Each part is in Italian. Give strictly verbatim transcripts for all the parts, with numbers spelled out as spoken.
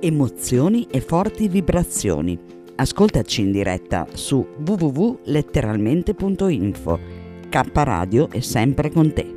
emozioni e forti vibrazioni. Ascoltaci in diretta su w w w punto letteralmente punto info. K Radio è sempre con te.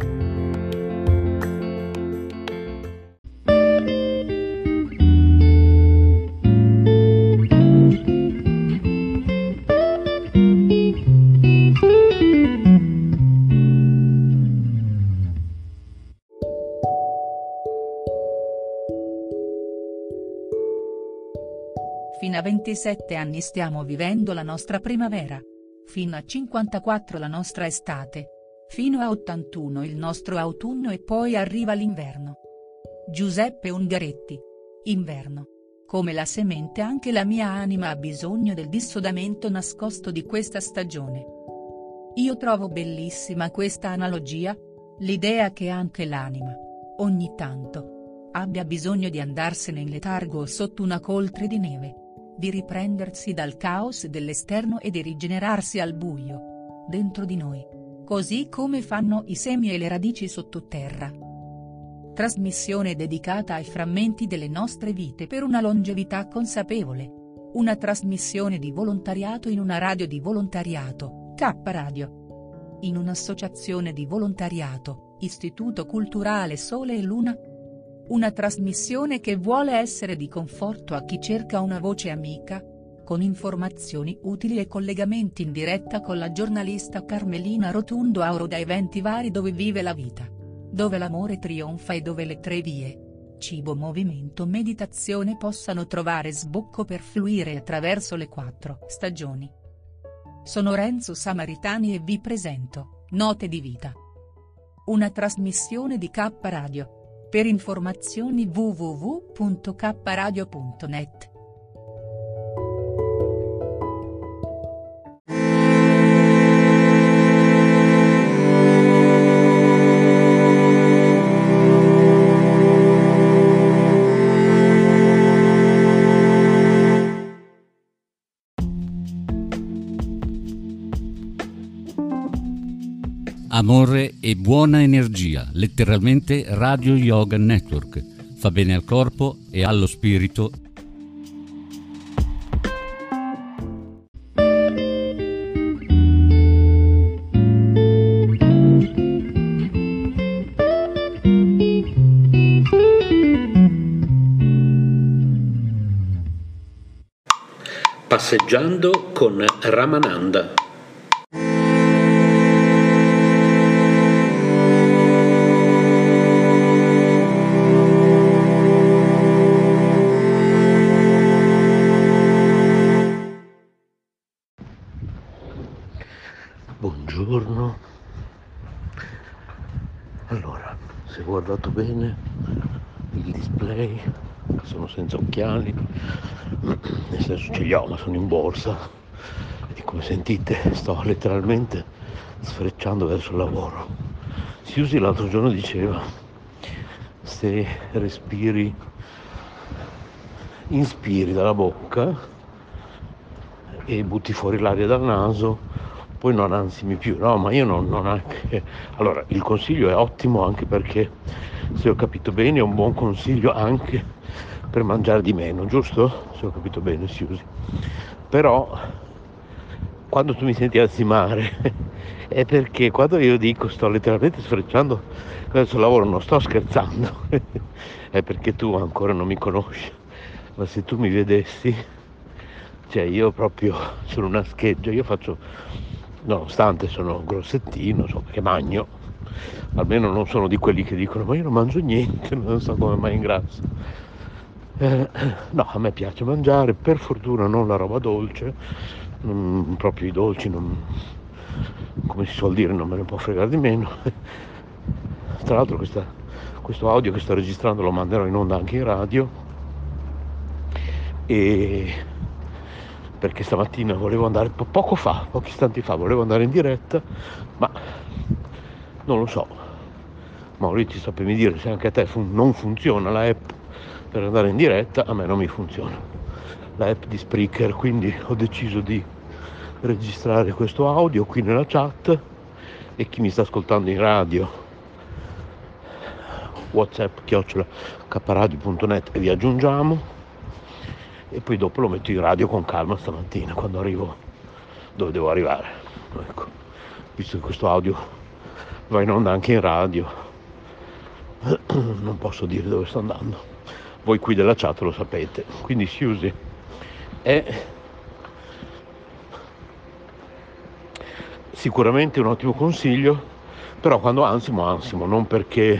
Fino a ventisette anni stiamo vivendo la nostra primavera. Fino a cinquantaquattro la nostra estate. Fino a ottantuno il nostro autunno e poi arriva l'inverno. Giuseppe Ungaretti. Inverno. Come la semente anche la mia anima ha bisogno del dissodamento nascosto di questa stagione. Io trovo bellissima questa analogia, l'idea che anche l'anima, ogni tanto, abbia bisogno di andarsene in letargo sotto una coltre di neve, di riprendersi dal caos dell'esterno e di rigenerarsi al buio, dentro di noi, così come fanno i semi e le radici sottoterra. Trasmissione dedicata ai frammenti delle nostre vite per una longevità consapevole. Una trasmissione di volontariato in una radio di volontariato, K Radio. In un'associazione di volontariato, Istituto Culturale Sole e Luna. Una trasmissione che vuole essere di conforto a chi cerca una voce amica, con informazioni utili e collegamenti in diretta con la giornalista Carmelina Rotundo Auro da eventi vari dove vive la vita, dove l'amore trionfa e dove le tre vie, cibo, movimento, meditazione possano trovare sbocco per fluire attraverso le quattro stagioni. Sono Renzo Samaritani e vi presento Note di Vita. Una trasmissione di K Radio. Per informazioni w w w punto k radio punto net. Amore e buona energia, letteralmente Radio Yoga Network. Fa bene al corpo e allo spirito. Passeggiando con Ramananda. Buongiorno. Allora, se ho guardato bene il display, sono senza occhiali, nel senso ce li ho ma sono in borsa e come sentite sto letteralmente sfrecciando verso il lavoro. Siusi l'altro giorno diceva: se respiri, inspiri dalla bocca e butti fuori l'aria dal naso, poi non ansimi più. No, ma io non, non anche. Allora, il consiglio è ottimo anche perché, se ho capito bene, è un buon consiglio anche per mangiare di meno, giusto? Se ho capito bene, Siusi. Però quando tu mi senti ansimare è perché quando io dico sto letteralmente sfrecciando verso il lavoro, non sto scherzando, è perché tu ancora non mi conosci. Ma se tu mi vedessi, cioè io proprio sono una scheggia, io faccio, nonostante sono grossettino, so che magno, almeno non sono di quelli che dicono ma io non mangio niente, non so come mai ingrasso. Eh, no, a me piace mangiare, per fortuna non la roba dolce, non, proprio i dolci, non, come si suol dire, non me ne può fregare di meno. Tra l'altro questa, questo audio che sto registrando lo manderò in onda anche in radio, e perché stamattina volevo andare, po- poco fa, pochi istanti fa, volevo andare in diretta, ma non lo so. Maurizio, sappi dire se anche a te fun- non funziona la app per andare in diretta. A me non mi funziona la app di Spreaker, quindi ho deciso di registrare questo audio qui nella chat, e chi mi sta ascoltando in radio, WhatsApp chiocciola k radio punto net, e vi aggiungiamo. e poi dopo lo metto in radio con calma stamattina quando arrivo dove devo arrivare. Ecco, visto che questo audio va in onda anche in radio, non posso dire dove sto andando, voi qui della chat lo sapete. Quindi Siusi è sicuramente un ottimo consiglio, però quando ansimo ansimo, non perché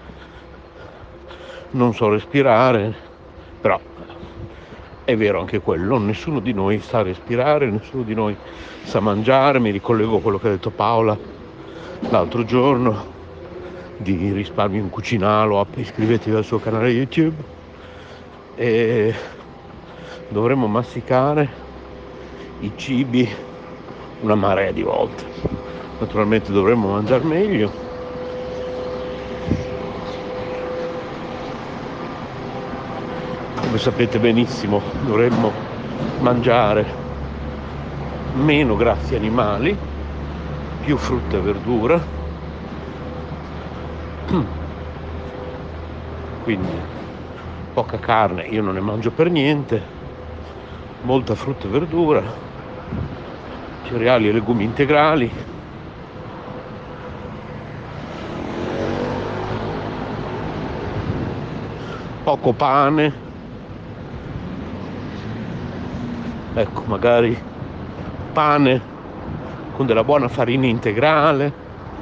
non so respirare, però è vero anche quello, nessuno di noi sa respirare, nessuno di noi sa mangiare. Mi ricollego a quello che ha detto Paola l'altro giorno di risparmio in cucinalo, iscrivetevi al suo canale YouTube, e dovremmo masticare i cibi una marea di volte. Naturalmente dovremmo mangiare meglio, come sapete benissimo dovremmo mangiare meno grassi animali, più frutta e verdura, quindi poca carne, io non ne mangio per niente, molta frutta e verdura, cereali e legumi integrali, poco pane, ecco, magari pane con della buona farina integrale,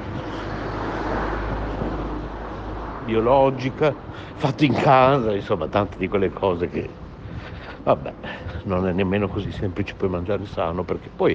biologica, fatto in casa, insomma tante di quelle cose che, vabbè, non è nemmeno così semplice poi mangiare sano, perché poi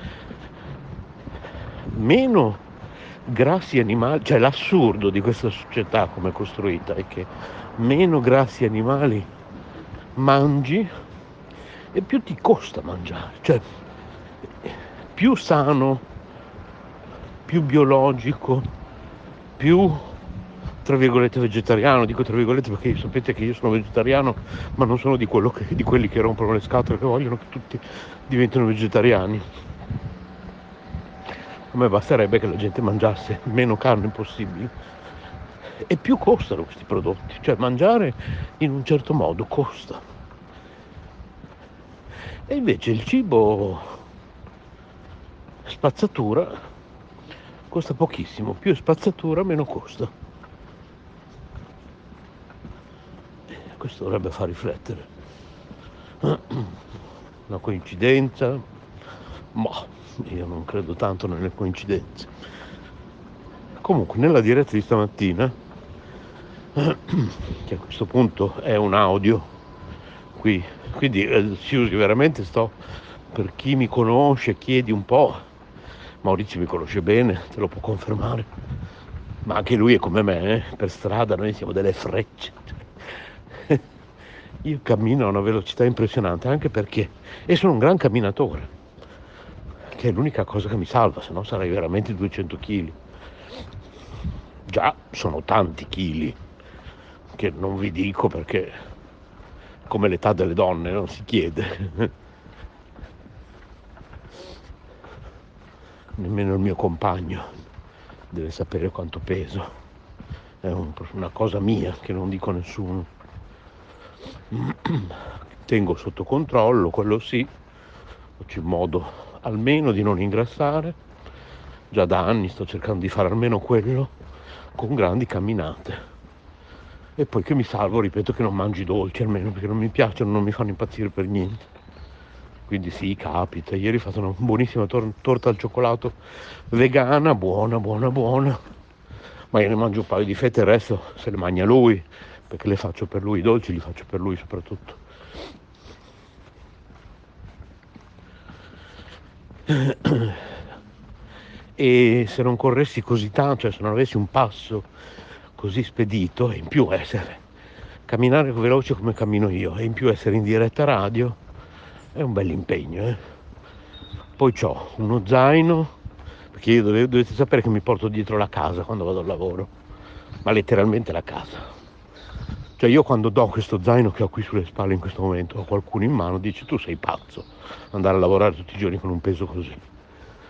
meno grassi animali, cioè l'assurdo di questa società come è costruita è che meno grassi animali mangi e più ti costa mangiare, cioè più sano, più biologico, più tra virgolette vegetariano. Dico tra virgolette perché sapete che io sono vegetariano, ma non sono di, quello che, di quelli che rompono le scatole, che vogliono che tutti diventino vegetariani. A me basterebbe che la gente mangiasse meno carne possibile, e più costano questi prodotti, cioè mangiare in un certo modo costa, e invece il cibo spazzatura costa pochissimo, più è spazzatura meno costa. Questo dovrebbe far riflettere. Una coincidenza? Ma io non credo tanto nelle coincidenze. Comunque nella diretta di stamattina, che a questo punto è un audio qui, quindi eh, si usi veramente, sto, per chi mi conosce chiedi un po', Maurizio mi conosce bene, te lo può confermare, ma anche lui è come me, eh? Per strada noi siamo delle frecce. Io cammino a una velocità impressionante, anche perché, e sono un gran camminatore, che è l'unica cosa che mi salva, se no sarei veramente duecento chili. Già sono tanti chili, che non vi dico perché, come l'età delle donne, non si chiede. Nemmeno il mio compagno deve sapere quanto peso, è un, una cosa mia che non dico a nessuno. Tengo sotto controllo, quello sì, faccio in modo almeno di non ingrassare, già da anni sto cercando di fare almeno quello, con grandi camminate, e poi che mi salvo, ripeto, che non mangi dolci, almeno perché non mi piacciono, non mi fanno impazzire per niente. Quindi sì, capita. Ieri ho fatto una buonissima tor- torta al cioccolato vegana, buona, buona, buona, ma io ne mangio un paio di fette, il resto se le mangia lui, perché le faccio per lui, i dolci li faccio per lui soprattutto. E se non corressi così tanto, cioè se non avessi un passo così spedito, e in più essere, camminare veloce come cammino io, e in più essere in diretta radio, è un bel impegno, eh? Poi c'ho uno zaino, perché io dove, dovete sapere che mi porto dietro la casa quando vado al lavoro, ma letteralmente la casa. Cioè io quando do questo zaino che ho qui sulle spalle in questo momento a qualcuno in mano, dice: tu sei pazzo, andare a lavorare tutti i giorni con un peso così.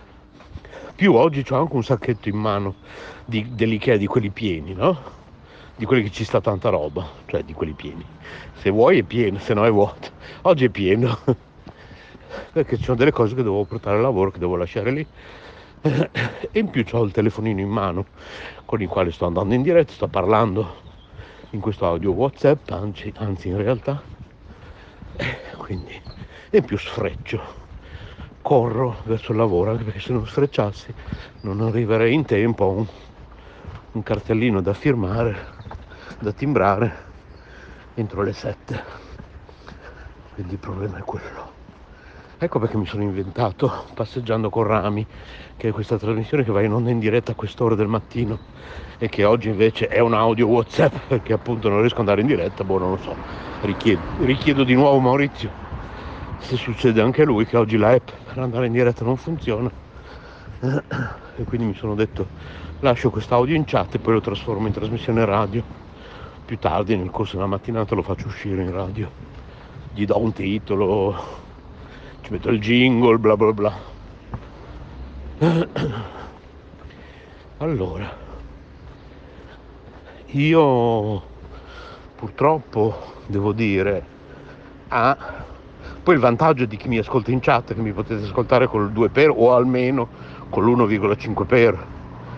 Più oggi c'ho anche un sacchetto in mano di, dell'Ikea, di quelli pieni, no? di quelli che ci sta tanta roba, cioè di quelli pieni. Se vuoi è pieno, se no è vuoto. Oggi è pieno perché ci sono delle cose che devo portare al lavoro, che devo lasciare lì, e in più ho il telefonino in mano con il quale sto andando in diretta, sto parlando in questo audio WhatsApp, anzi, anzi in realtà, quindi, e in più sfreccio, corro verso il lavoro, anche perché se non sfrecciassi non arriverei in tempo a un, un cartellino da firmare, da timbrare entro le sette, quindi il problema è quello. Ecco perché mi sono inventato Passeggiando con Rami, che è questa trasmissione che va in onda in diretta a quest'ora del mattino e che oggi invece è un audio WhatsApp perché appunto non riesco ad andare in diretta. Boh, non lo so, richiedo, richiedo di nuovo Maurizio se succede anche a lui che oggi la app per andare in diretta non funziona, e quindi mi sono detto lascio quest'audio in chat e poi lo trasformo in trasmissione radio più tardi nel corso della mattinata, lo faccio uscire in radio, gli do un titolo, ci metto il jingle, bla bla bla. Allora, io purtroppo devo dire, ah, poi il vantaggio di chi mi ascolta in chat è che mi potete ascoltare col due per o almeno con l'uno virgola cinque per,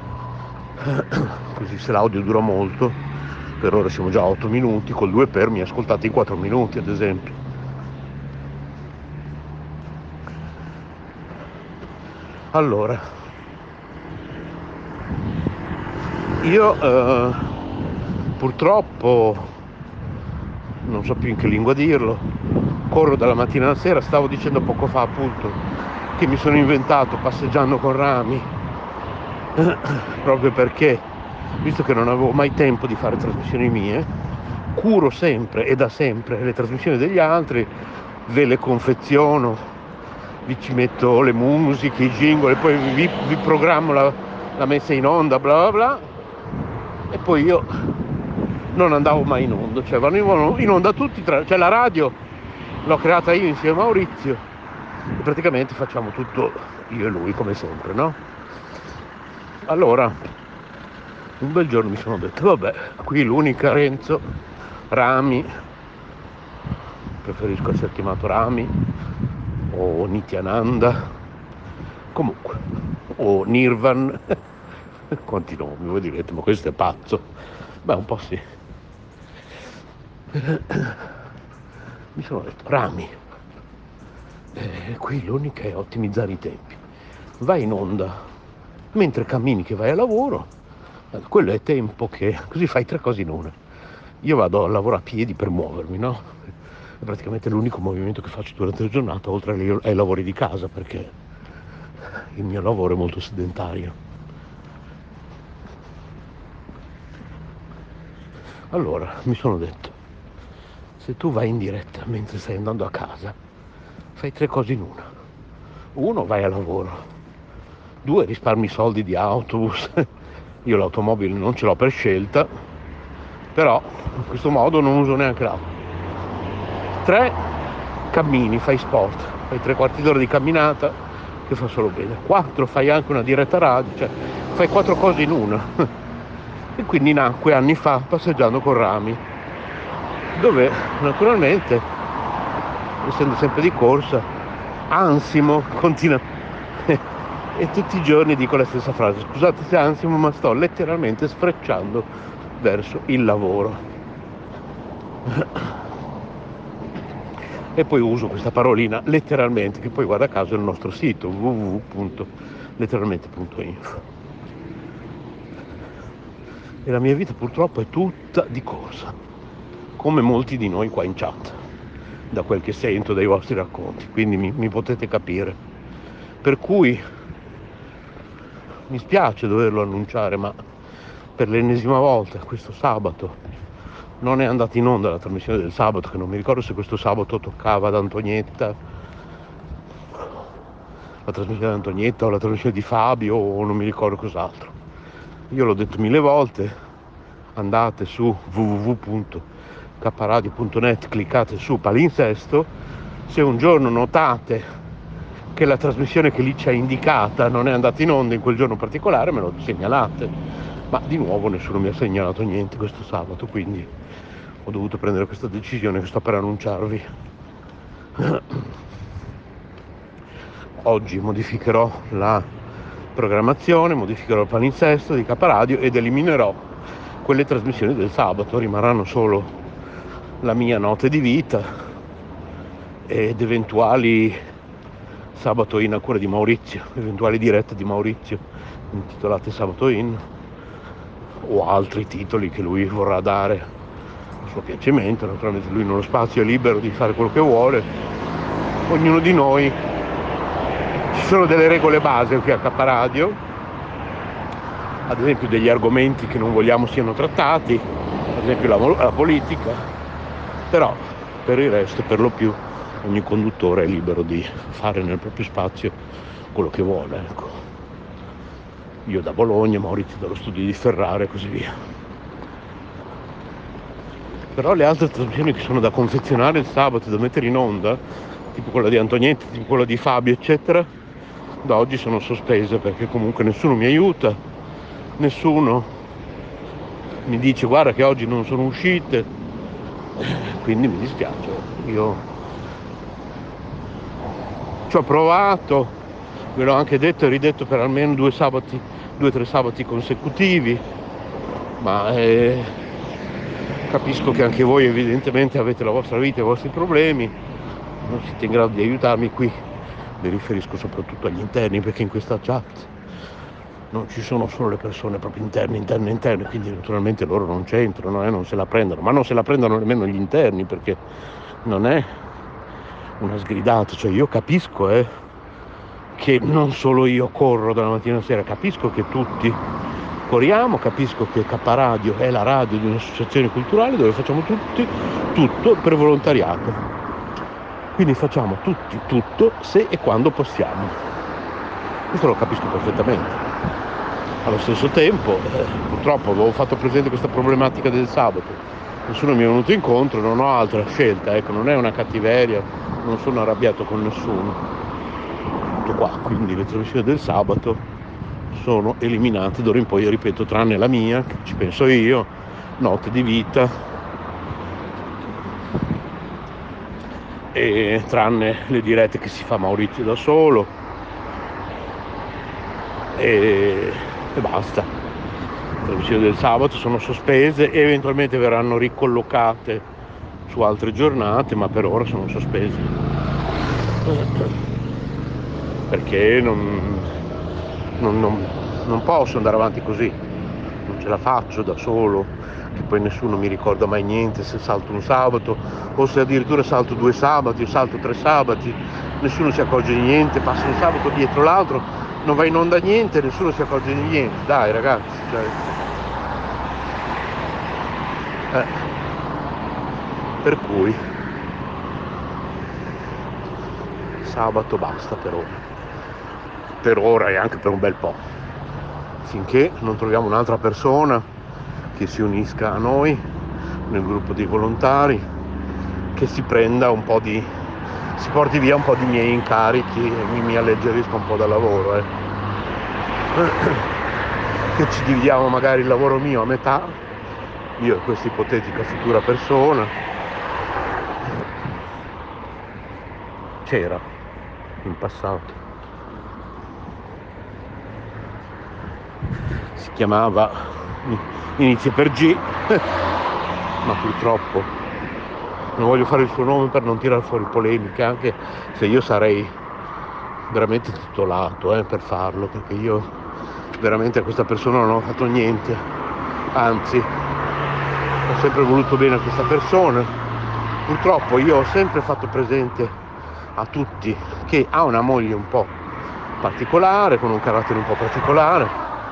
così se l'audio dura molto, per ora siamo già a otto minuti, col due per mi ascoltate in quattro minuti ad esempio. Allora, io eh, purtroppo non so più in che lingua dirlo, corro dalla mattina alla sera. Stavo dicendo poco fa appunto che mi sono inventato Passeggiando con Rami proprio perché, visto che non avevo mai tempo di fare trasmissioni mie, curo sempre e da sempre le trasmissioni degli altri, ve le confeziono, vi ci metto le musiche, i jingle, e poi vi, vi programmo la, la messa in onda, bla bla bla, e poi io non andavo mai in onda, cioè vanno in onda tutti, tra, cioè la radio l'ho creata io insieme a Maurizio e praticamente facciamo tutto io e lui come sempre, no? Allora un bel giorno mi sono detto vabbè, qui l'unica Renzo Rami, preferisco essere chiamato Rami o Nityananda, comunque, o Nirvan, quanti nomi, voi direte, ma questo è pazzo. Beh, un po' sì. Mi sono detto, Rami, eh, qui l'unica è ottimizzare i tempi. Vai in onda mentre cammini che vai a lavoro, quello è tempo che, così fai tre cose in una. Io vado a lavoro a piedi per muovermi, no? È praticamente l'unico movimento che faccio durante la giornata, oltre ai, ai lavori di casa, perché il mio lavoro è molto sedentario. Allora mi sono detto, se tu vai in diretta mentre stai andando a casa, fai tre cose in una. Uno, vai a lavoro. Due, risparmi soldi di autobus. Io l'automobile non ce l'ho per scelta, però in questo modo non uso neanche l'auto. Tre, cammini, fai sport, fai tre quarti d'ora di camminata che fa solo bene. Quattro, fai anche una diretta radio, cioè fai quattro cose in una. E quindi nacque anni fa Passeggiando con Rami, dove naturalmente, essendo sempre di corsa, ansimo, continua e tutti i giorni dico la stessa frase, scusate se ansimo, ma sto letteralmente sfrecciando verso il lavoro. E poi uso questa parolina letteralmente, che poi guarda caso è il nostro sito w w w punto letteralmente punto info. E la mia vita purtroppo è tutta di corsa, come molti di noi qua in chat, da quel che sento dai vostri racconti, quindi mi, mi potete capire. Per cui mi spiace doverlo annunciare, ma per l'ennesima volta questo sabato non è andata in onda la trasmissione del sabato, che non mi ricordo se questo sabato toccava ad Antonietta, la trasmissione di Antonietta o la trasmissione di Fabio o non mi ricordo cos'altro. Io l'ho detto mille volte, andate su w w w punto k radio punto net, cliccate su palinsesto, se un giorno notate che la trasmissione che lì c'è indicata non è andata in onda in quel giorno particolare me lo segnalate, ma di nuovo nessuno mi ha segnalato niente questo sabato, quindi ho dovuto prendere questa decisione che sto per annunciarvi. Oggi modificherò la programmazione, modificherò il palinsesto di K Radio ed eliminerò quelle trasmissioni del sabato. Rimarranno solo la mia notte di vita ed eventuali Sabato In a cura di Maurizio, eventuali dirette di Maurizio intitolate Sabato In, o altri titoli che lui vorrà dare a suo piacimento. Naturalmente lui nello spazio è libero di fare quello che vuole. Ognuno di noi, ci sono delle regole base qui a K Radio, ad esempio degli argomenti che non vogliamo siano trattati, ad esempio la, la politica, però per il resto per lo più ogni conduttore è libero di fare nel proprio spazio quello che vuole, ecco. Io da Bologna, Maurizio dallo studio di Ferrara e così via. Però le altre trasmissioni che sono da confezionare il sabato, da mettere in onda, tipo quella di Antonietti, tipo quella di Fabio, eccetera, da oggi sono sospese, perché comunque nessuno mi aiuta, nessuno mi dice guarda che oggi non sono uscite, quindi mi dispiace. Io ci ho provato, ve l'ho anche detto e ridetto per almeno due sabati, due o tre sabati consecutivi, ma eh, capisco che anche voi evidentemente avete la vostra vita e i vostri problemi, non siete in grado di aiutarmi. Qui mi riferisco soprattutto agli interni, perché in questa chat non ci sono solo le persone proprio interne, interne, interne, quindi naturalmente loro non c'entrano, eh, non se la prendono, ma non se la prendono nemmeno gli interni, perché non è una sgridata. Cioè io capisco eh, che non solo io corro dalla mattina alla sera, capisco che tutti corriamo, capisco che K Radio è la radio di un'associazione culturale dove facciamo tutti tutto per volontariato, quindi facciamo tutti tutto se e quando possiamo, questo lo capisco perfettamente. Allo stesso tempo eh, purtroppo avevo fatto presente questa problematica del sabato, nessuno mi è venuto incontro, non ho altra scelta, ecco, non è una cattiveria, non sono arrabbiato con nessuno, tutto qua. Quindi le trasmissioni del sabato sono eliminate d'ora in poi, ripeto, tranne la mia, che ci penso io, Notte di Vita, e tranne le dirette che si fa Maurizio da solo, e, e basta. Le trasmissioni del sabato sono sospese e eventualmente verranno ricollocate su altre giornate, ma per ora sono sospese perché non, non, non, non posso andare avanti così, non ce la faccio da solo, che poi nessuno mi ricorda mai niente se salto un sabato o se addirittura salto due sabati o salto tre sabati, nessuno si accorge di niente, passa un sabato dietro l'altro, non va in onda niente, nessuno si accorge di niente. Dai ragazzi, cioè, eh, per cui sabato basta per ora, per ora e anche per un bel po', finché non troviamo un'altra persona che si unisca a noi nel gruppo dei volontari, che si prenda un po' di, si porti via un po' di miei incarichi e mi, mi alleggerisca un po' dal lavoro, eh. Che ci dividiamo magari il lavoro mio a metà, io e questa ipotetica futura persona. C'era in passato, si chiamava, inizia per G, ma purtroppo non voglio fare il suo nome per non tirar fuori polemiche, anche se io sarei veramente titolato eh, per farlo, perché io veramente a questa persona non ho fatto niente, anzi ho sempre voluto bene a questa persona. Purtroppo io ho sempre fatto presente a tutti che ha una moglie un po' particolare, con un carattere un po' particolare.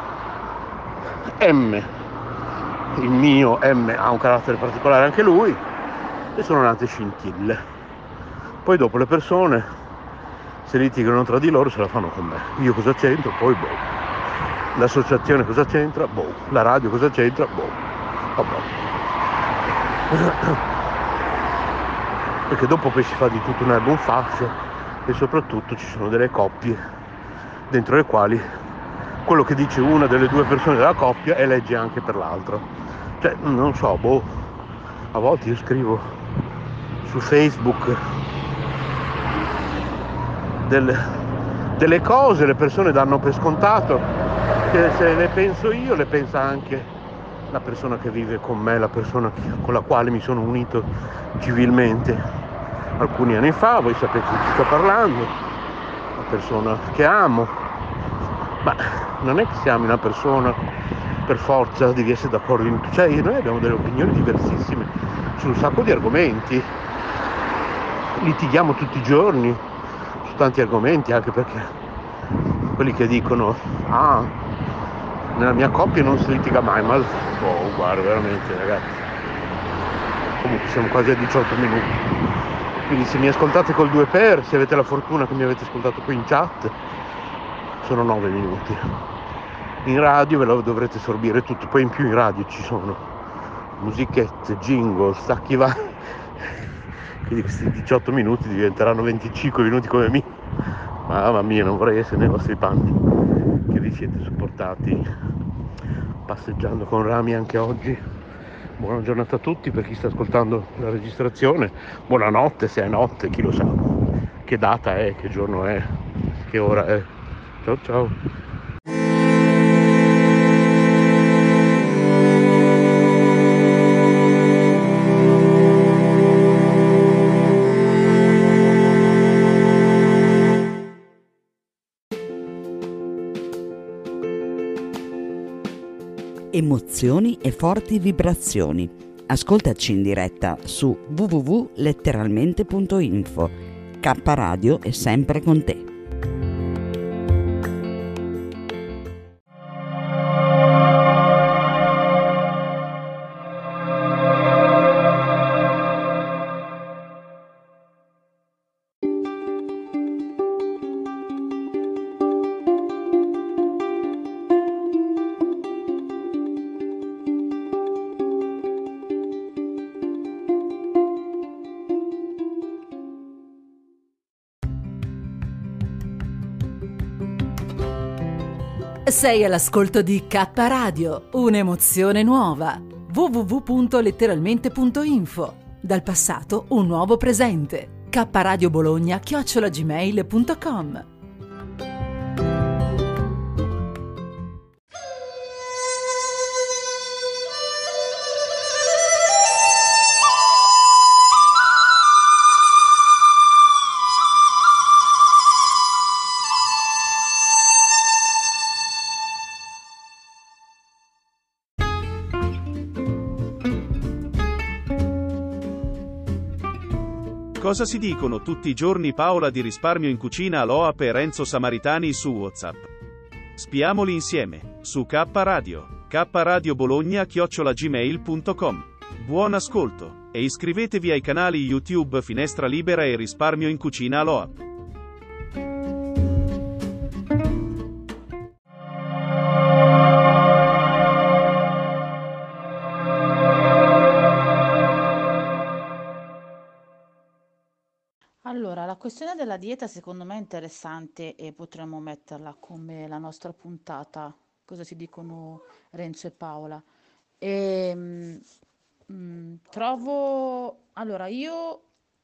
M, il mio M, ha un carattere particolare anche lui, e sono nate scintille. Poi dopo le persone, se litigano tra di loro, se la fanno con me. Io cosa c'entro? Poi boh. L'associazione cosa c'entra? Boh. La radio cosa c'entra? Boh. Vabbè. Perché dopo poi si fa di tutto un erba un fascio, e soprattutto ci sono delle coppie dentro le quali quello che dice una delle due persone della coppia e legge anche per l'altro. Cioè, non so, boh, a volte io scrivo su Facebook delle, delle cose, le persone danno per scontato che se le penso io le pensa anche la persona che vive con me, la persona che, con la quale mi sono unito civilmente alcuni anni fa. Voi sapete di chi sto parlando, la persona che amo. Ma non è che siamo una persona per forza devi essere d'accordo in tutto, cioè noi abbiamo delle opinioni diversissime su un sacco di argomenti, litighiamo tutti i giorni su tanti argomenti, anche perché quelli che dicono ah nella mia coppia non si litiga mai, ma oh, guarda, veramente ragazzi, comunque siamo quasi a diciotto minuti, quindi se mi ascoltate col due per, se avete la fortuna che mi avete ascoltato qui in chat, sono nove minuti. In radio ve lo dovrete sorbire tutto, poi in più in radio ci sono musichette, jingle, stacchi vari, quindi questi diciotto minuti diventeranno venticinque minuti come me. Mamma mia, non vorrei essere nei vostri panni, che vi siete supportati passeggiando con Rami anche oggi. Buona giornata a tutti, per chi sta ascoltando la registrazione, buonanotte se è notte, chi lo sa che data è, che giorno è, che ora è. Ciao ciao. Emozioni e forti vibrazioni. Ascoltaci in diretta su w w w punto letteralmente punto info. K Radio è sempre con te. Sei all'ascolto di K Radio, un'emozione nuova. w w w punto letteralmente punto info. Dal passato un nuovo presente. K Radio Bologna chiocciola gmail punto com. Cosa si dicono tutti i giorni Paola di Risparmio in Cucina Aloap e Renzo Samaritani su WhatsApp? Spiamoli insieme, su K Radio, K Radio Bologna chiocciola gmail punto com. Buon ascolto, e iscrivetevi ai canali YouTube Finestra Libera e Risparmio in Cucina Aloap. Allora, la questione della dieta secondo me è interessante e potremmo metterla come la nostra puntata, cosa si dicono Renzo e Paola. E, mm, mm, trovo, allora io,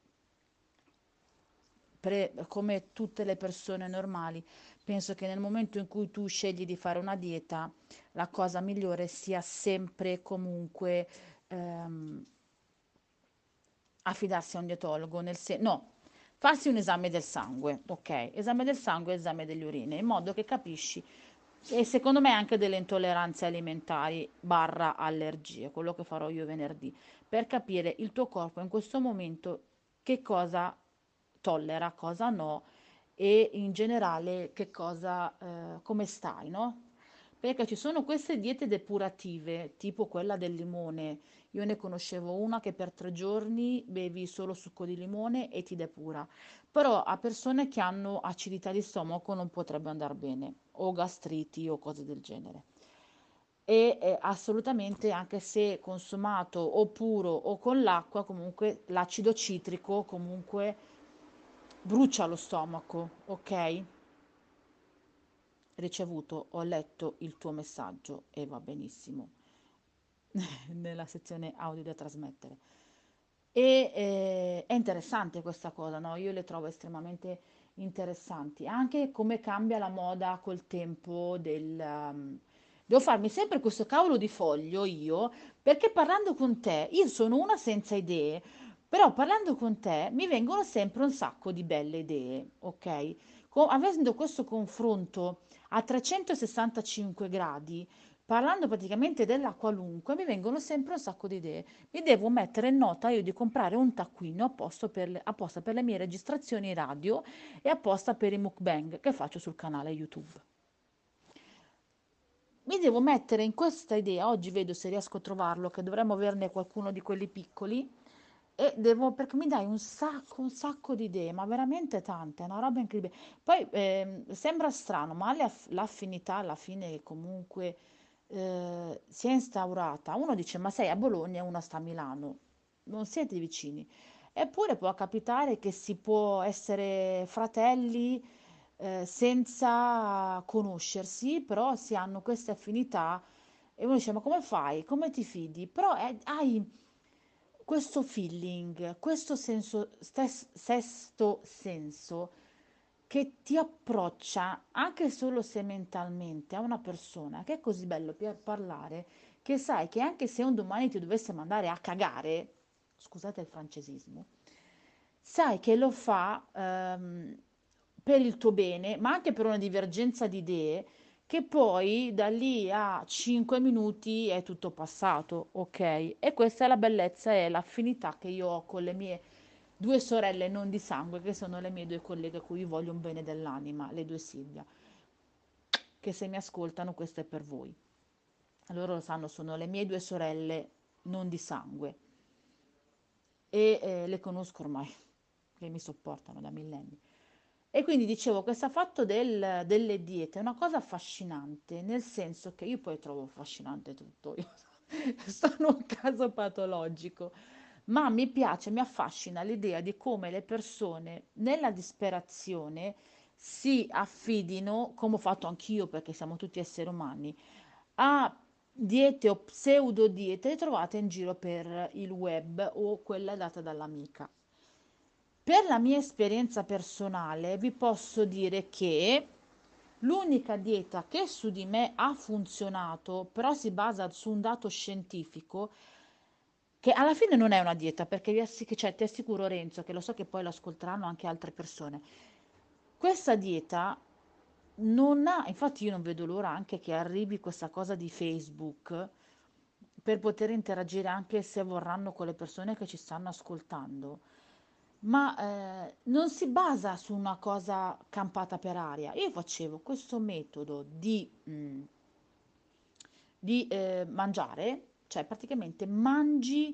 pre- come tutte le persone normali, penso che nel momento in cui tu scegli di fare una dieta, la cosa migliore sia sempre comunque ehm, affidarsi a un dietologo, nel senso, no. Farsi un esame del sangue, ok? Esame del sangue e esame delle urine, in modo che capisci, e secondo me anche delle intolleranze alimentari barra allergie, quello che farò io venerdì, per capire il tuo corpo in questo momento che cosa tollera, cosa no, e in generale che cosa, eh, come stai, no? Perché ci sono queste diete depurative, tipo quella del limone. Io ne conoscevo una che per tre giorni bevi solo succo di limone e ti depura. Però a persone che hanno acidità di stomaco non potrebbe andare bene, o gastriti o cose del genere. E eh, assolutamente, anche se consumato o puro o con l'acqua, comunque l'acido citrico comunque brucia lo stomaco, ok? ricevuto, ho letto il tuo messaggio e va benissimo nella sezione audio da trasmettere. E eh, è interessante questa cosa, no? Io le trovo estremamente interessanti, anche come cambia la moda col tempo del... um, Devo farmi sempre questo cavolo di foglio io, perché parlando con te, io sono una senza idee, però parlando con te mi vengono sempre un sacco di belle idee, ok? Co- avendo questo confronto a trecentosessantacinque gradi, parlando praticamente della qualunque, mi vengono sempre un sacco di idee. Mi devo mettere in nota io di comprare un taccuino apposta per le, apposta per le mie registrazioni radio e apposta per i mukbang che faccio sul canale YouTube. Mi devo mettere in questa idea, oggi vedo se riesco a trovarlo, che dovremmo averne qualcuno di quelli piccoli, e devo, perché mi dai un sacco, un sacco di idee, ma veramente tante, è una roba incredibile. Poi ehm, sembra strano, ma le aff- l'affinità alla fine comunque eh, si è instaurata. Uno dice, ma sei a Bologna e uno sta a Milano, non siete vicini. Eppure può capitare che si può essere fratelli eh, senza conoscersi, però si hanno queste affinità e uno dice, ma come fai? Come ti fidi? Però è- hai questo feeling, questo senso, stes- sesto senso che ti approccia anche solo se mentalmente a una persona che è così bello per parlare, che sai che anche se un domani ti dovesse mandare a cagare, scusate il francesismo, sai che lo fa ehm, per il tuo bene, ma anche per una divergenza di idee, che poi da lì a cinque minuti è tutto passato, ok? E questa è la bellezza e l'affinità che io ho con le mie due sorelle non di sangue, che sono le mie due colleghe a cui voglio un bene dell'anima, le due Silvia, che se mi ascoltano questo è per voi. Loro lo sanno, sono le mie due sorelle non di sangue e eh, le conosco ormai, che mi sopportano da millenni. E quindi dicevo, questo fatto del- delle diete è una cosa affascinante, nel senso che io poi trovo affascinante tutto, io sono un caso patologico, ma mi piace, mi affascina l'idea di come le persone nella disperazione si affidino, come ho fatto anch'io perché siamo tutti esseri umani, a diete o pseudo diete trovate in giro per il web o quella data dall'amica. Per la mia esperienza personale vi posso dire che l'unica dieta che su di me ha funzionato, però si basa su un dato scientifico, che alla fine non è una dieta, perché vi assic- cioè, ti assicuro Renzo, che lo so che poi lo ascolteranno anche altre persone, questa dieta non ha, infatti io non vedo l'ora anche che arrivi questa cosa di Facebook per poter interagire anche se vorranno con le persone che ci stanno ascoltando, ma eh, non si basa su una cosa campata per aria. Io facevo questo metodo di, mm, di eh, mangiare, cioè praticamente mangi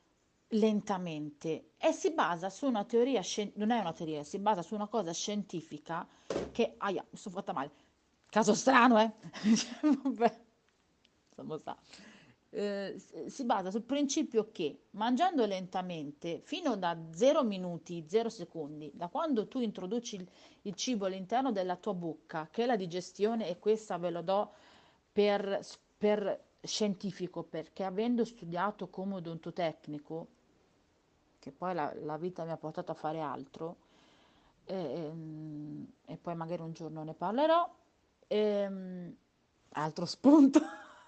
lentamente e si basa su una teoria, scien- non è una teoria, si basa su una cosa scientifica che, aia, mi sono fatta male. Caso strano, eh? Vabbè, insomma, sa. Eh, s- si basa sul principio che mangiando lentamente, fino da zero minuti, zero secondi, da quando tu introduci il, il cibo all'interno della tua bocca, che è la digestione, e questa ve lo do per, per scientifico, perché avendo studiato come odontotecnico, che poi la, la vita mi ha portato a fare altro, e, ehm, e poi magari un giorno ne parlerò. Ehm, altro spunto.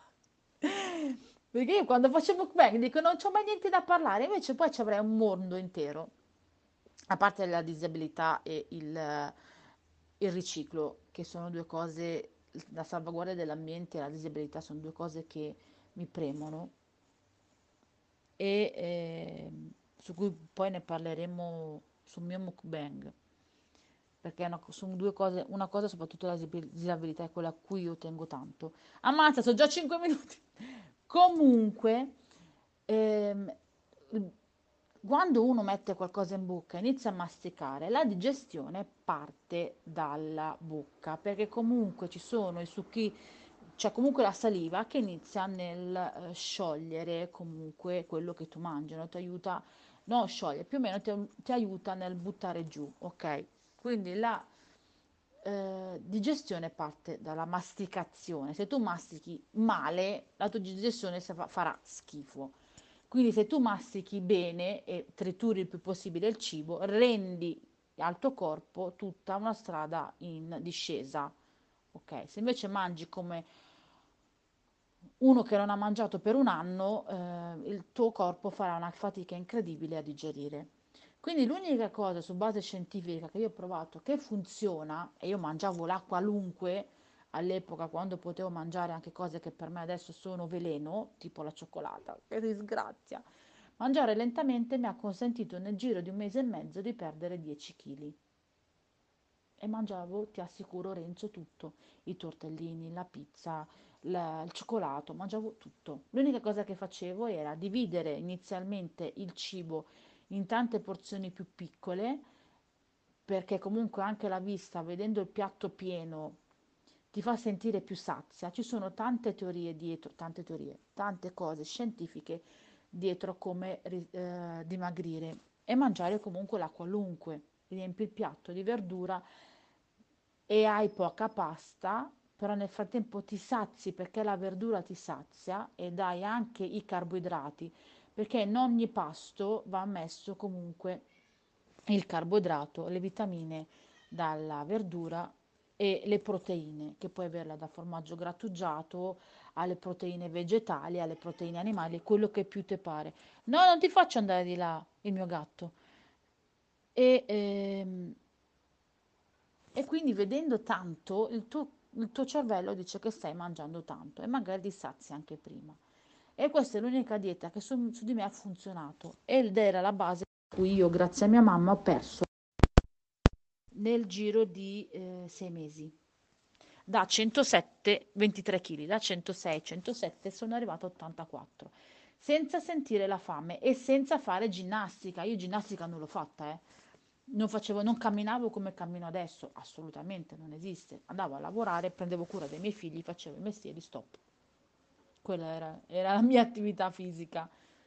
Perché io quando faccio mukbang dico non c'ho mai niente da parlare, invece poi ci avrei un mondo intero, a parte la disabilità e il, il riciclo, che sono due cose, la salvaguardia dell'ambiente e la disabilità sono due cose che mi premono e ehm, su cui poi ne parleremo sul mio mukbang, perché è una- sono due cose, una cosa soprattutto la disab- disabilità è quella a cui io tengo tanto. Ammazza, sono già cinque minuti. Comunque, ehm, quando uno mette qualcosa in bocca e inizia a masticare, la digestione parte dalla bocca, perché comunque ci sono i succhi, c'è comunque la saliva che inizia nel eh, sciogliere comunque quello che tu mangi, no? Ti aiuta, no, sciogliere, più o meno ti, ti aiuta nel buttare giù, ok? Quindi la eh, digestione parte dalla masticazione. Se tu mastichi male, la tua digestione fa- farà schifo. Quindi se tu mastichi bene e trituri il più possibile il cibo, rendi al tuo corpo tutta una strada in discesa. Ok? Se invece mangi come uno che non ha mangiato per un anno, eh, il tuo corpo farà una fatica incredibile a digerire. Quindi l'unica cosa su base scientifica che io ho provato che funziona, e io mangiavo la qualunque all'epoca quando potevo mangiare anche cose che per me adesso sono veleno, tipo la cioccolata, che disgrazia, mangiare lentamente mi ha consentito nel giro di un mese e mezzo di perdere dieci chili. E mangiavo, ti assicuro Renzo, tutto, i tortellini, la pizza, la- il cioccolato, mangiavo tutto. L'unica cosa che facevo era dividere inizialmente il cibo in tante porzioni più piccole, perché comunque anche la vista, vedendo il piatto pieno, ti fa sentire più sazia. Ci sono tante teorie dietro, tante teorie, tante cose scientifiche dietro come ri- eh, dimagrire e mangiare comunque la qualunque. Riempi il piatto di verdura e hai poca pasta, però nel frattempo ti sazi perché la verdura ti sazia e dai anche i carboidrati, perché in ogni pasto va messo comunque il carboidrato, le vitamine dalla verdura e le proteine, che puoi averla da formaggio grattugiato alle proteine vegetali, alle proteine animali, quello che più ti pare. No, non ti faccio andare di là, il mio gatto. E, ehm, e quindi vedendo tanto, il tuo, il tuo cervello dice che stai mangiando tanto e magari ti sazi anche prima. E questa è l'unica dieta che su, su di me ha funzionato ed era la base per cui io, grazie a mia mamma, ho perso nel giro di eh, sei mesi. Da centosette, ventitré chili, da centosei, centosette sono arrivata a ottantaquattro, senza sentire la fame e senza fare ginnastica. Io ginnastica non l'ho fatta, eh. Non facevo, non camminavo come cammino adesso, assolutamente non esiste. Andavo a lavorare, prendevo cura dei miei figli, facevo i mestieri, stop. Quella era, era la mia attività fisica.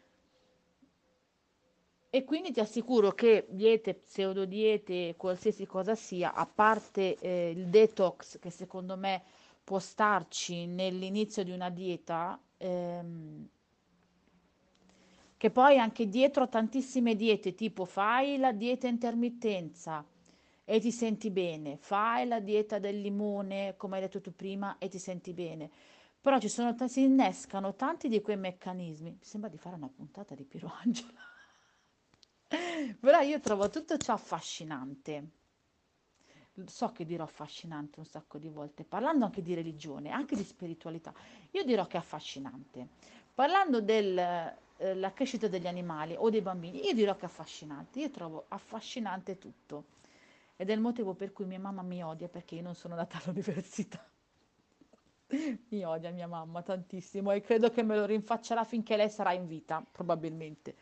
E quindi ti assicuro che diete, pseudodiete, qualsiasi cosa sia, a parte eh, il detox che secondo me può starci nell'inizio di una dieta, ehm, che poi anche dietro a tantissime diete, tipo fai la dieta intermittenza e ti senti bene, fai la dieta del limone, come hai detto tu prima, e ti senti bene. Però ci sono, ta- si innescano tanti di quei meccanismi. Mi sembra di fare una puntata di Piero Angela. Però io trovo tutto ciò affascinante. So che dirò affascinante un sacco di volte, parlando anche di religione, anche di spiritualità. Io dirò che è affascinante. Parlando della crescita degli animali o dei bambini, io dirò che è affascinante. Io trovo affascinante tutto. Ed è il motivo per cui mia mamma mi odia, perché io non sono andata all'università. Mi odia mia mamma tantissimo e credo che me lo rinfaccerà finché lei sarà in vita, probabilmente.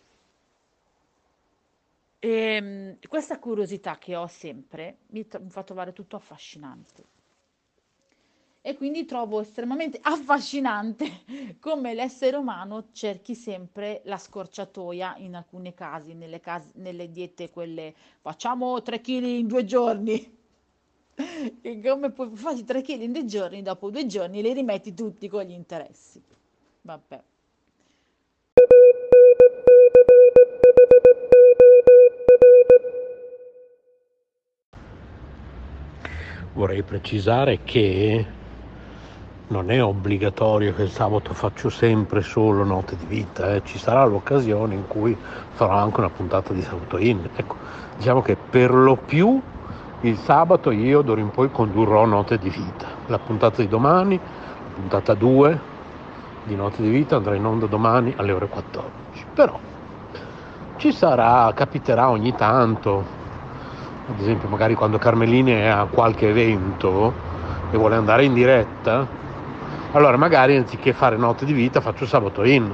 E questa curiosità che ho sempre mi, tro- mi fa trovare tutto affascinante. E quindi trovo estremamente affascinante come l'essere umano cerchi sempre la scorciatoia in alcuni casi, nelle, case, nelle diete quelle facciamo tre chili in due giorni. E come puoi fare tre chili in due giorni, dopo due giorni li rimetti tutti con gli interessi. Vabbè. Vorrei precisare che non è obbligatorio che il sabato faccio sempre solo note di vita, eh. Ci sarà l'occasione in cui farò anche una puntata di Sabato In. Ecco, diciamo che per lo più il sabato io d'ora in poi condurrò note di vita. La puntata di domani, la puntata due di note di vita andrà in onda domani alle ore quattordici. Però ci sarà, capiterà ogni tanto, ad esempio magari quando Carmelina è a qualche evento e vuole andare in diretta, allora magari anziché fare note di vita faccio Sabato In.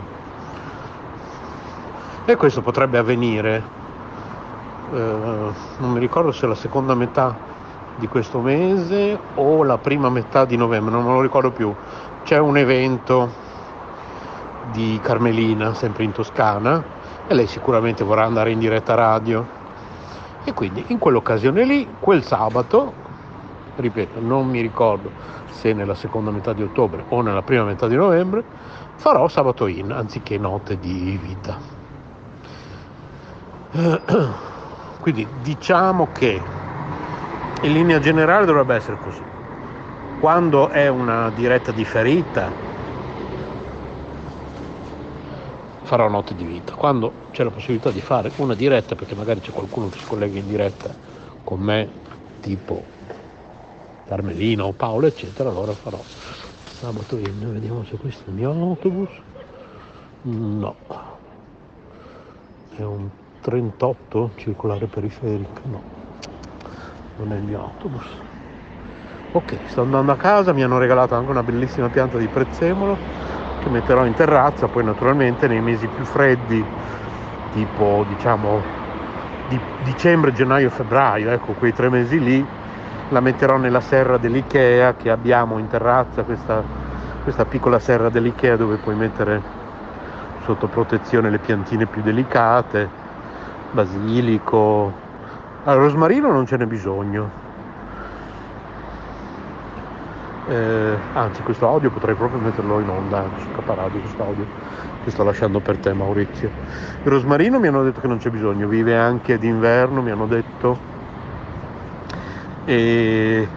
E questo potrebbe avvenire, eh, non mi ricordo se la seconda metà di questo mese o la prima metà di novembre, non me lo ricordo più. C'è un evento di Carmelina, sempre in Toscana, e lei sicuramente vorrà andare in diretta radio. E quindi in quell'occasione lì, quel sabato, ripeto, non mi ricordo se nella seconda metà di ottobre o nella prima metà di novembre, farò Sabato In anziché Notte di Vita. Quindi diciamo che in linea generale dovrebbe essere così. Quando è una diretta differita farò Notte di Vita. Quando c'è la possibilità di fare una diretta, perché magari c'è qualcuno che si collega in diretta con me, tipo Carmelina o Paolo eccetera, allora farò Sabato In. Vediamo se questo è il mio autobus. No, è un trentotto circolare periferica. No, non è il mio autobus. Ok, sto andando a casa, mi hanno regalato anche una bellissima pianta di prezzemolo che metterò in terrazza. Poi naturalmente nei mesi più freddi, tipo diciamo di dicembre, gennaio, febbraio, ecco quei tre mesi lì, la metterò nella serra dell'Ikea che abbiamo in terrazza, questa, questa piccola serra dell'Ikea dove puoi mettere sotto protezione le piantine più delicate, basilico. Allora, rosmarino non ce n'è bisogno. Eh, anzi, questo audio potrei proprio metterlo in onda su K Radio, questo audio che sto lasciando per te, Maurizio. Il rosmarino mi hanno detto che non c'è bisogno, vive anche d'inverno, mi hanno detto, e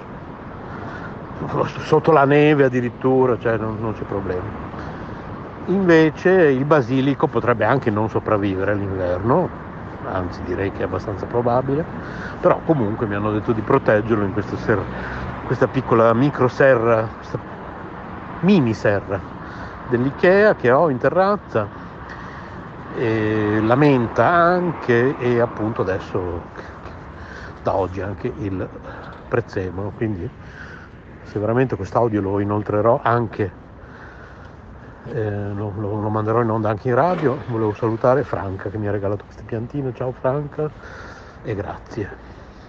sotto la neve addirittura, cioè non, non c'è problema. Invece il basilico potrebbe anche non sopravvivere all'inverno, anzi direi che è abbastanza probabile, però comunque mi hanno detto di proteggerlo in questa serra, questa piccola micro serra, questa mini serra dell'Ikea che ho in terrazza, e la menta anche, e appunto adesso da oggi anche il prezzemolo. Quindi se veramente quest'audio lo inoltrerò anche, eh, lo, lo, lo manderò in onda anche in radio. Volevo salutare Franca che mi ha regalato queste piantine. Ciao Franca e grazie.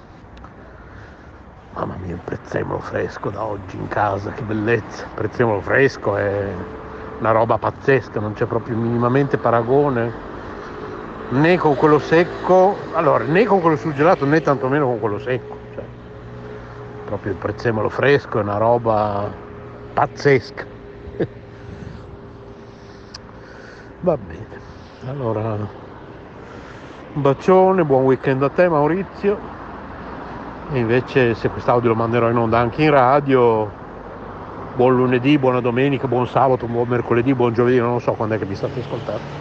Mamma mia, il prezzemolo fresco da oggi in casa, che bellezza. Il prezzemolo fresco è una roba pazzesca, non c'è proprio minimamente paragone, né con quello secco, allora né con quello surgelato né tantomeno con quello secco, cioè proprio il prezzemolo fresco è una roba pazzesca. Va bene, allora un bacione, buon weekend a te Maurizio. E invece se quest'audio lo manderò in onda anche in radio, buon lunedì, buona domenica, buon sabato, buon mercoledì, buon giovedì, non so quando è che mi state ascoltando.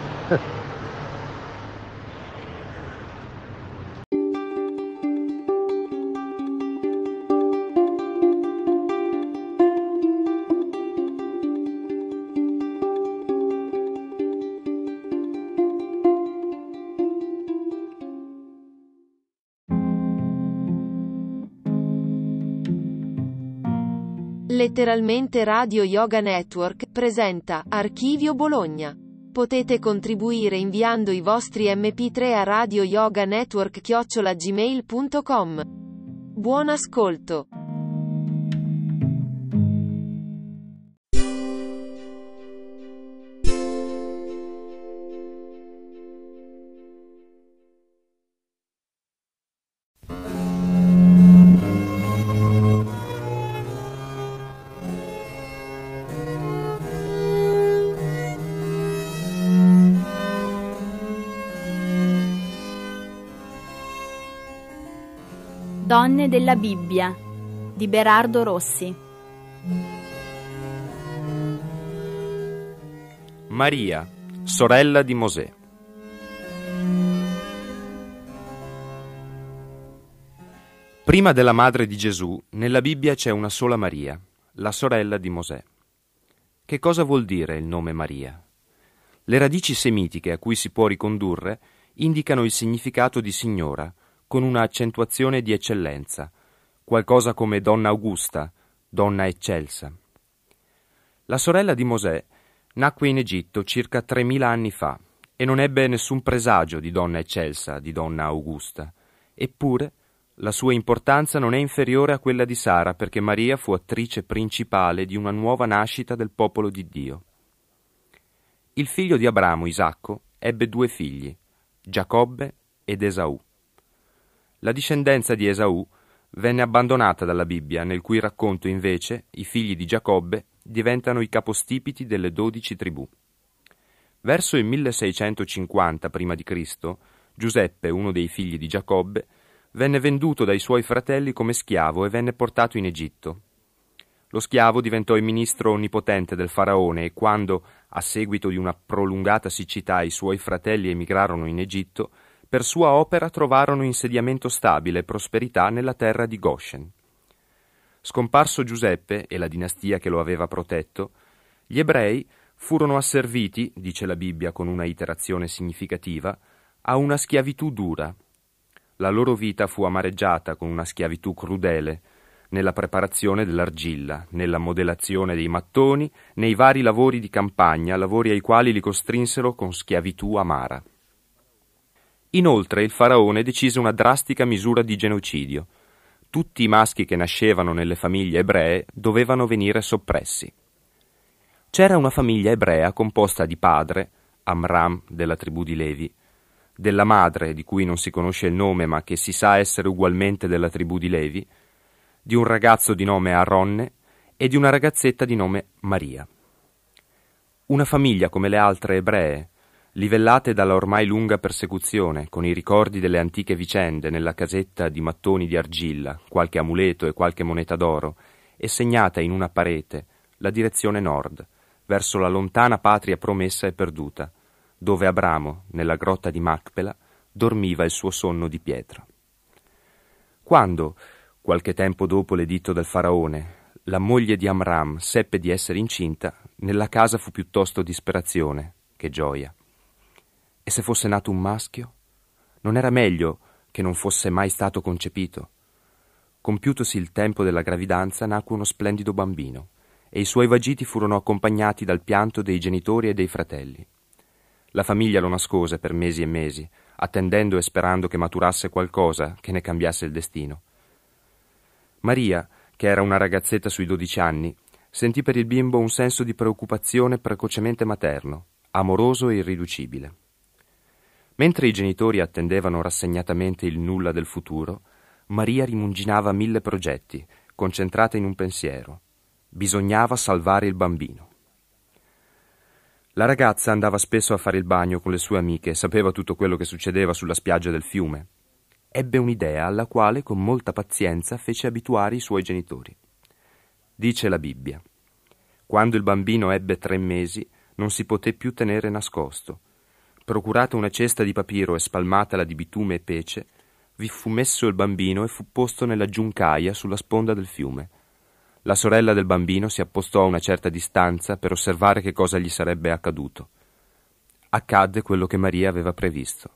Letteralmente Radio Yoga Network presenta Archivio Bologna. Potete contribuire inviando i vostri emme pi tre a radioyoganetwork chiocciola gmail punto com. Buon ascolto. Donne della Bibbia di Berardo Rossi. Maria, sorella di Mosè. Prima della madre di Gesù, nella Bibbia c'è una sola Maria, la sorella di Mosè. Che cosa vuol dire il nome Maria? Le radici semitiche a cui si può ricondurre indicano il significato di signora, con una accentuazione di eccellenza, qualcosa come donna augusta, donna eccelsa. La sorella di Mosè nacque in Egitto circa tremila anni fa e non ebbe nessun presagio di donna eccelsa, di donna augusta. Eppure la sua importanza non è inferiore a quella di Sara, perché Maria fu attrice principale di una nuova nascita del popolo di Dio. Il figlio di Abramo, Isacco, ebbe due figli, Giacobbe ed Esaù. La discendenza di Esaù venne abbandonata dalla Bibbia, nel cui racconto invece i figli di Giacobbe diventano i capostipiti delle dodici tribù. Verso il milleseicentocinquanta prima di Cristo, Giuseppe, uno dei figli di Giacobbe, venne venduto dai suoi fratelli come schiavo e venne portato in Egitto. Lo schiavo diventò il ministro onnipotente del faraone e quando, a seguito di una prolungata siccità, i suoi fratelli emigrarono in Egitto, per sua opera trovarono insediamento stabile e prosperità nella terra di Goshen. Scomparso Giuseppe e la dinastia che lo aveva protetto, gli ebrei furono asserviti, dice la Bibbia con una iterazione significativa, a una schiavitù dura. La loro vita fu amareggiata con una schiavitù crudele, nella preparazione dell'argilla, nella modellazione dei mattoni, nei vari lavori di campagna, lavori ai quali li costrinsero con schiavitù amara. Inoltre il faraone decise una drastica misura di genocidio. Tutti i maschi che nascevano nelle famiglie ebree dovevano venire soppressi. C'era una famiglia ebrea composta di padre, Amram della tribù di Levi, della madre, di cui non si conosce il nome ma che si sa essere ugualmente della tribù di Levi, di un ragazzo di nome Aronne e di una ragazzetta di nome Maria. Una famiglia come le altre ebree, livellate dalla ormai lunga persecuzione, con i ricordi delle antiche vicende nella casetta di mattoni di argilla, qualche amuleto e qualche moneta d'oro, e segnata in una parete la direzione nord, verso la lontana patria promessa e perduta, dove Abramo, nella grotta di Macpela, dormiva il suo sonno di pietra. Quando, qualche tempo dopo l'editto del faraone, la moglie di Amram seppe di essere incinta, nella casa fu piuttosto disperazione che gioia. E se fosse nato un maschio? Non era meglio che non fosse mai stato concepito? Compiutosi il tempo della gravidanza, nacque uno splendido bambino, e i suoi vagiti furono accompagnati dal pianto dei genitori e dei fratelli. La famiglia lo nascose per mesi e mesi, attendendo e sperando che maturasse qualcosa che ne cambiasse il destino. Maria, che era una ragazzetta sui dodici anni, sentì per il bimbo un senso di preoccupazione precocemente materno, amoroso e irriducibile. Mentre i genitori attendevano rassegnatamente il nulla del futuro, Maria rimuginava mille progetti, concentrata in un pensiero. Bisognava salvare il bambino. La ragazza andava spesso a fare il bagno con le sue amiche e sapeva tutto quello che succedeva sulla spiaggia del fiume. Ebbe un'idea alla quale con molta pazienza fece abituare i suoi genitori. Dice la Bibbia: quando il bambino ebbe tre mesi non si poté più tenere nascosto. Procurata una cesta di papiro e spalmatala di bitume e pece, vi fu messo il bambino e fu posto nella giuncaia sulla sponda del fiume. La sorella del bambino si appostò a una certa distanza per osservare che cosa gli sarebbe accaduto. Accadde quello che Maria aveva previsto.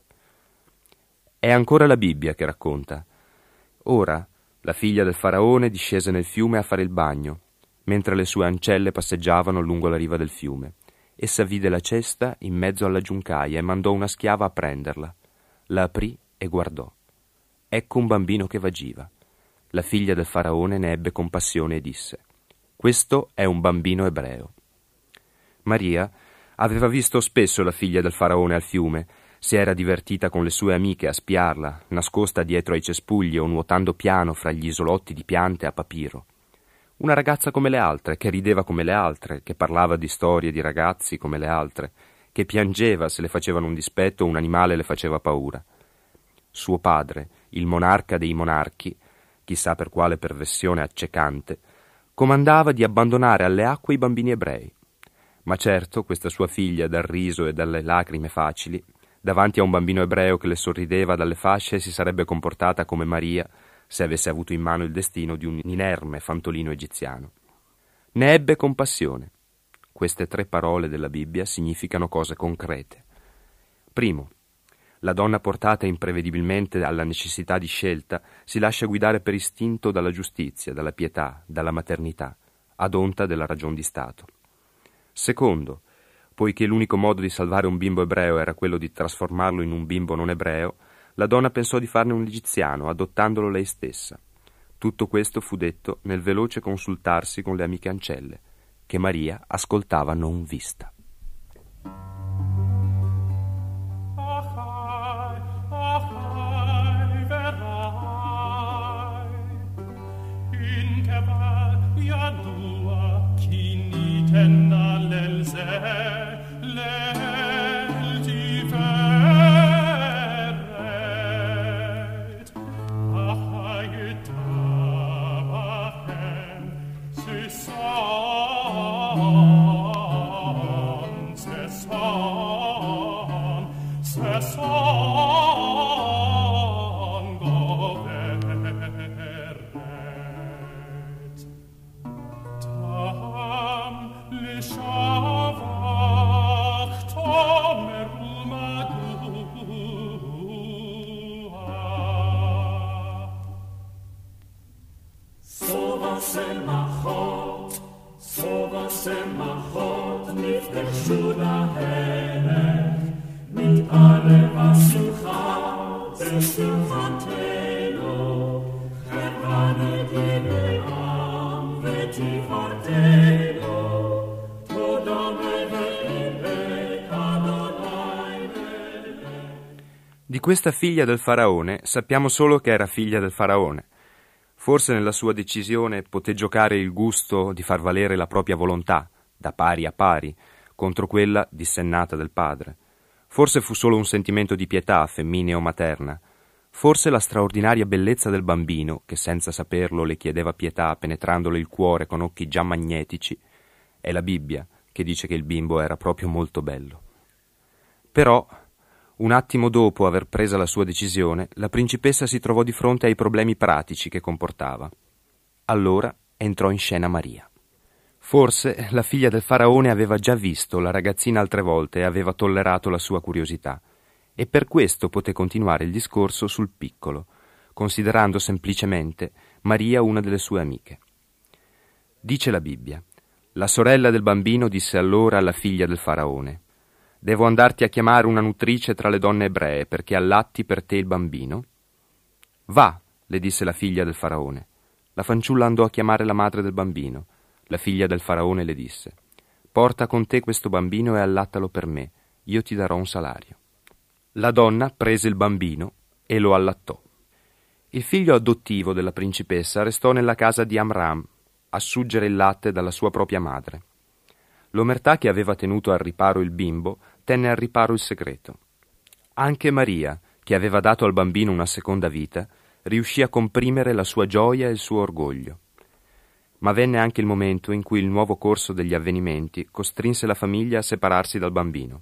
È ancora la Bibbia che racconta. Ora, la figlia del faraone discese nel fiume a fare il bagno, mentre le sue ancelle passeggiavano lungo la riva del fiume. Essa vide la cesta in mezzo alla giuncaia e mandò una schiava a prenderla. La aprì e guardò. Ecco un bambino che vagiva. La figlia del faraone ne ebbe compassione e disse: questo è un bambino ebreo. Maria aveva visto spesso la figlia del faraone al fiume. Si era divertita con le sue amiche a spiarla, nascosta dietro ai cespugli o nuotando piano fra gli isolotti di piante a papiro. Una ragazza come le altre, che rideva come le altre, che parlava di storie di ragazzi come le altre, che piangeva se le facevano un dispetto o un animale le faceva paura. Suo padre, il monarca dei monarchi, chissà per quale perversione accecante, comandava di abbandonare alle acque i bambini ebrei. Ma certo questa sua figlia, dal riso e dalle lacrime facili, davanti a un bambino ebreo che le sorrideva dalle fasce, si sarebbe comportata come Maria se avesse avuto in mano il destino di un inerme fantolino egiziano. Ne ebbe compassione. Queste tre parole della Bibbia significano cose concrete. Primo, la donna portata imprevedibilmente alla necessità di scelta si lascia guidare per istinto dalla giustizia, dalla pietà, dalla maternità, ad onta della ragion di Stato. Secondo, poiché l'unico modo di salvare un bimbo ebreo era quello di trasformarlo in un bimbo non ebreo, la donna pensò di farne un egiziano, adottandolo lei stessa. Tutto questo fu detto nel veloce consultarsi con le amiche ancelle, che Maria ascoltava non vista. Di questa figlia del faraone sappiamo solo che era figlia del faraone. Forse nella sua decisione poté giocare il gusto di far valere la propria volontà, da pari a pari, contro quella dissennata del padre. Forse fu solo un sentimento di pietà, femminea o materna. Forse la straordinaria bellezza del bambino, che senza saperlo le chiedeva pietà penetrandole il cuore con occhi già magnetici, è la Bibbia che dice che il bimbo era proprio molto bello. Però, un attimo dopo aver presa la sua decisione, la principessa si trovò di fronte ai problemi pratici che comportava. Allora entrò in scena Maria. Forse la figlia del faraone aveva già visto la ragazzina altre volte e aveva tollerato la sua curiosità, e per questo poté continuare il discorso sul piccolo, considerando semplicemente Maria una delle sue amiche. Dice la Bibbia: la sorella del bambino disse allora alla figlia del faraone: «Devo andarti a chiamare una nutrice tra le donne ebree perché allatti per te il bambino?» «Va», le disse la figlia del faraone. La fanciulla andò a chiamare la madre del bambino. La figlia del faraone le disse: «Porta con te questo bambino e allattalo per me, io ti darò un salario». La donna prese il bambino e lo allattò. Il figlio adottivo della principessa restò nella casa di Amram a suggere il latte dalla sua propria madre. L'omertà che aveva tenuto al riparo il bimbo tenne al riparo il segreto. Anche Maria, che aveva dato al bambino una seconda vita, riuscì a comprimere la sua gioia e il suo orgoglio. Ma venne anche il momento in cui il nuovo corso degli avvenimenti costrinse la famiglia a separarsi dal bambino.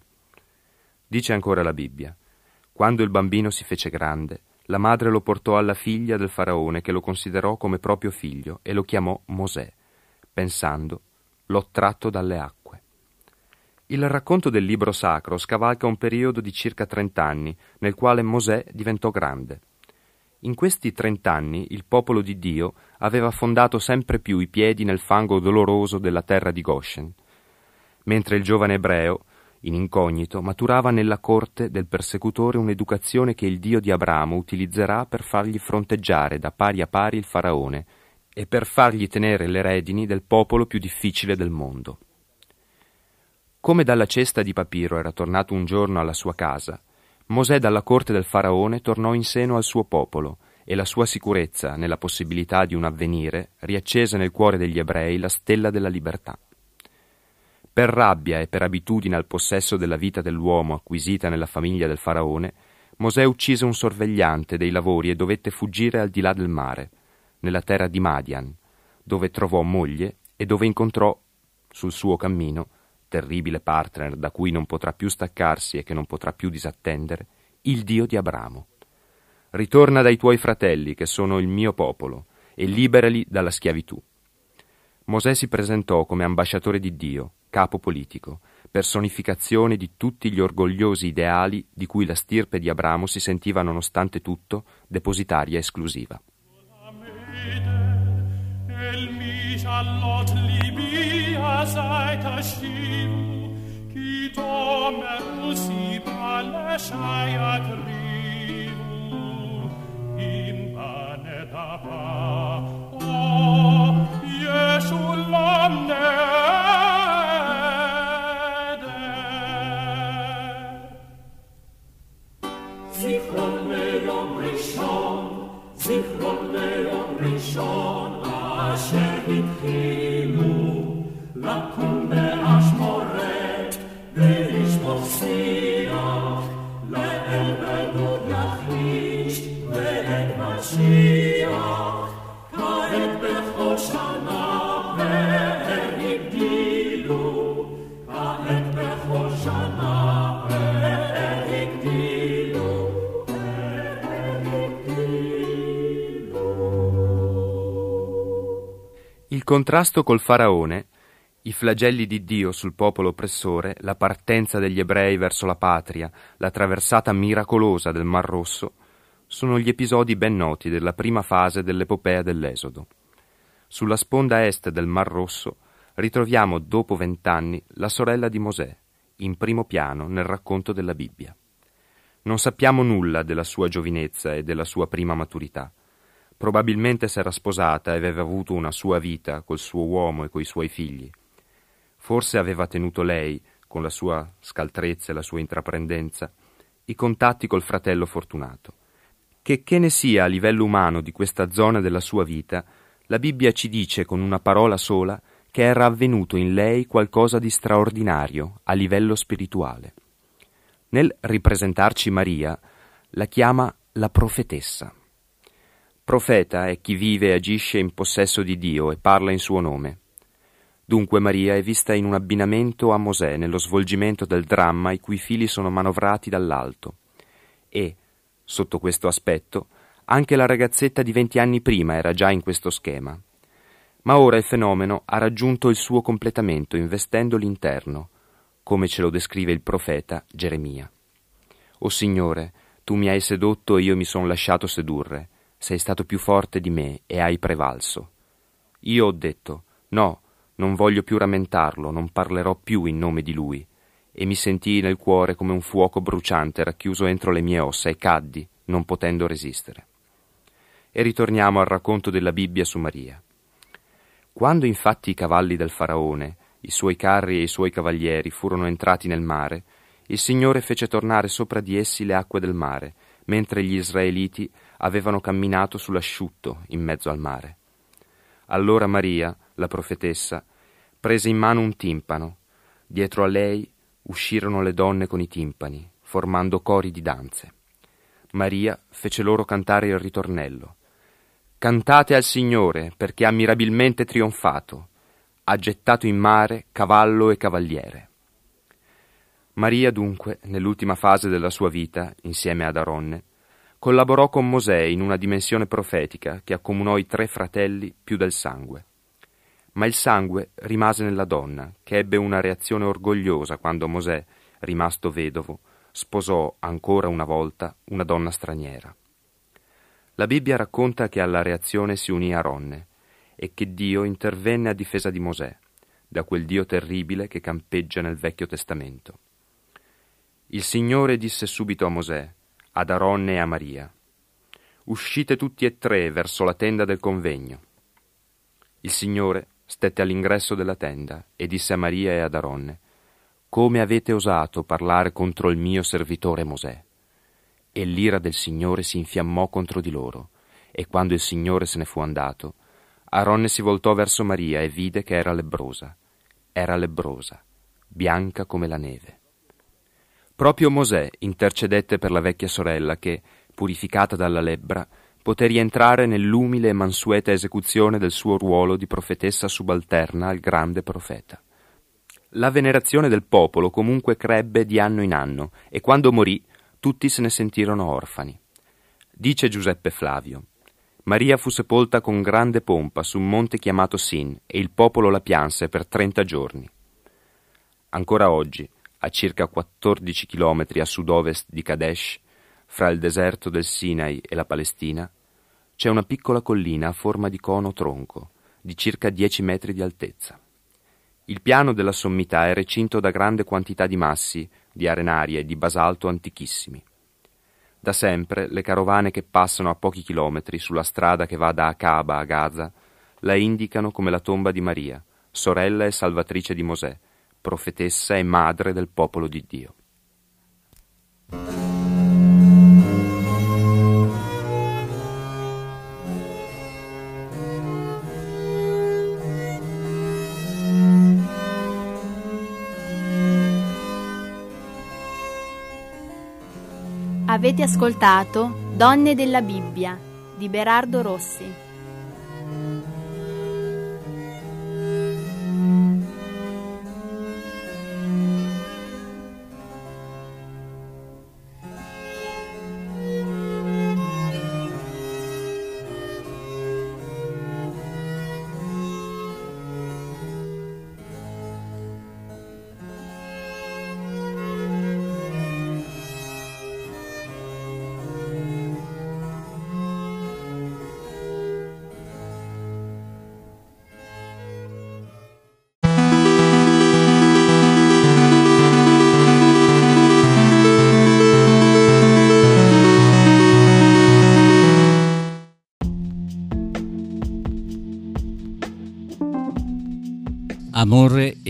Dice ancora la Bibbia: quando il bambino si fece grande, la madre lo portò alla figlia del faraone, che lo considerò come proprio figlio e lo chiamò Mosè, pensando: l'ho tratto dalle acque. Il racconto del libro sacro scavalca un periodo di circa trent'anni, nel quale Mosè diventò grande. In questi trent'anni il popolo di Dio aveva affondato sempre più i piedi nel fango doloroso della terra di Goshen, mentre il giovane ebreo, in incognito, maturava nella corte del persecutore un'educazione che il Dio di Abramo utilizzerà per fargli fronteggiare da pari a pari il faraone e per fargli tenere le redini del popolo più difficile del mondo. Come dalla cesta di papiro era tornato un giorno alla sua casa, Mosè dalla corte del faraone tornò in seno al suo popolo, e la sua sicurezza nella possibilità di un avvenire riaccese nel cuore degli ebrei la stella della libertà. Per rabbia e per abitudine al possesso della vita dell'uomo acquisita nella famiglia del faraone, Mosè uccise un sorvegliante dei lavori e dovette fuggire al di là del mare, nella terra di Madian, dove trovò moglie e dove incontrò, sul suo cammino, terribile partner da cui non potrà più staccarsi e che non potrà più disattendere, il Dio di Abramo. Ritorna dai tuoi fratelli, che sono il mio popolo, e liberali dalla schiavitù. Mosè si presentò come ambasciatore di Dio, capo politico, personificazione di tutti gli orgogliosi ideali di cui la stirpe di Abramo si sentiva nonostante tutto depositaria esclusiva. Shana, contrasto col faraone, i flagelli di Dio sul popolo oppressore, la partenza degli ebrei verso la patria, la traversata miracolosa del Mar Rosso, sono gli episodi ben noti della prima fase dell'epopea dell'Esodo. Sulla sponda est del Mar Rosso ritroviamo, dopo vent'anni, la sorella di Mosè, in primo piano nel racconto della Bibbia. Non sappiamo nulla della sua giovinezza e della sua prima maturità. Probabilmente s'era sposata e aveva avuto una sua vita col suo uomo e coi suoi figli. Forse aveva tenuto lei, con la sua scaltrezza e la sua intraprendenza, i contatti col fratello fortunato. Che che ne sia a livello umano di questa zona della sua vita, la Bibbia ci dice con una parola sola che era avvenuto in lei qualcosa di straordinario a livello spirituale. Nel ripresentarci Maria, la chiama la profetessa. Profeta è chi vive e agisce in possesso di Dio e parla in suo nome. Dunque Maria è vista in un abbinamento a Mosè nello svolgimento del dramma i cui fili sono manovrati dall'alto. E, sotto questo aspetto, anche la ragazzetta di venti anni prima era già in questo schema. Ma ora il fenomeno ha raggiunto il suo completamento investendo l'interno, come ce lo descrive il profeta Geremia. O Signore, tu mi hai sedotto e io mi son lasciato sedurre, sei stato più forte di me e hai prevalso. Io ho detto, no, non voglio più rammentarlo, non parlerò più in nome di lui, e mi sentii nel cuore come un fuoco bruciante racchiuso entro le mie ossa e caddi, non potendo resistere. E ritorniamo al racconto della Bibbia su Maria. Quando infatti i cavalli del faraone, i suoi carri e i suoi cavalieri furono entrati nel mare, il Signore fece tornare sopra di essi le acque del mare, mentre gli israeliti avevano camminato sull'asciutto in mezzo al mare. Allora Maria, la profetessa, prese in mano un timpano. Dietro a lei uscirono le donne con i timpani, formando cori di danze. Maria fece loro cantare il ritornello. Cantate al Signore, perché ha mirabilmente trionfato. Ha gettato in mare cavallo e cavaliere. Maria dunque, nell'ultima fase della sua vita, insieme ad Aronne, collaborò con Mosè in una dimensione profetica che accomunò i tre fratelli più del sangue. Ma il sangue rimase nella donna, che ebbe una reazione orgogliosa quando Mosè, rimasto vedovo, sposò ancora una volta una donna straniera. La Bibbia racconta che alla reazione si unì Aronne e che Dio intervenne a difesa di Mosè, da quel Dio terribile che campeggia nel Vecchio Testamento. Il Signore disse subito a Mosè, ad Aronne e a Maria: uscite tutti e tre verso la tenda del convegno. Il Signore stette all'ingresso della tenda e disse a Maria e ad Aronne: come avete osato parlare contro il mio servitore Mosè? E l'ira del Signore si infiammò contro di loro, e quando il Signore se ne fu andato, Aronne si voltò verso Maria e vide che era lebbrosa. Era lebbrosa, bianca come la neve. Proprio Mosè intercedette per la vecchia sorella che, purificata dalla lebbra, poté rientrare nell'umile e mansueta esecuzione del suo ruolo di profetessa subalterna al grande profeta. La venerazione del popolo comunque crebbe di anno in anno, e quando morì tutti se ne sentirono orfani. Dice Giuseppe Flavio: Maria fu sepolta con grande pompa su un monte chiamato Sin, e il popolo la pianse per trenta giorni. Ancora oggi, a circa quattordici chilometri a sud-ovest di Kadesh, fra il deserto del Sinai e la Palestina, c'è una piccola collina a forma di cono tronco, di circa dieci metri di altezza. Il piano della sommità è recinto da grande quantità di massi, di arenarie e di basalto antichissimi. Da sempre le carovane che passano a pochi chilometri sulla strada che va da Acaba a Gaza la indicano come la tomba di Maria, sorella e salvatrice di Mosè, profetessa e madre del popolo di Dio. Avete ascoltato Donne della Bibbia di Berardo Rossi.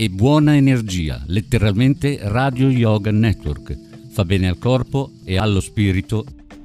e buona energia, letteralmente Radio Yoga Network. Fa bene al corpo e allo spirito.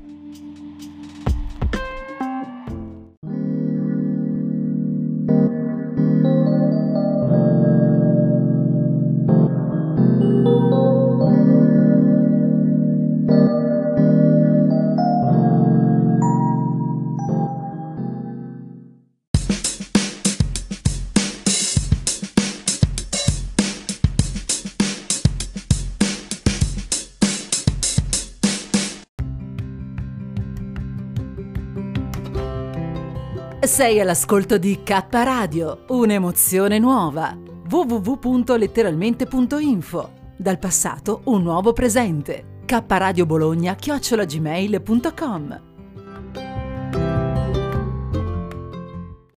Sei all'ascolto di K Radio, un'emozione nuova. w w w punto letteralmente punto info. Dal passato un nuovo presente. K Radio Bologna chiocciola gmail punto com.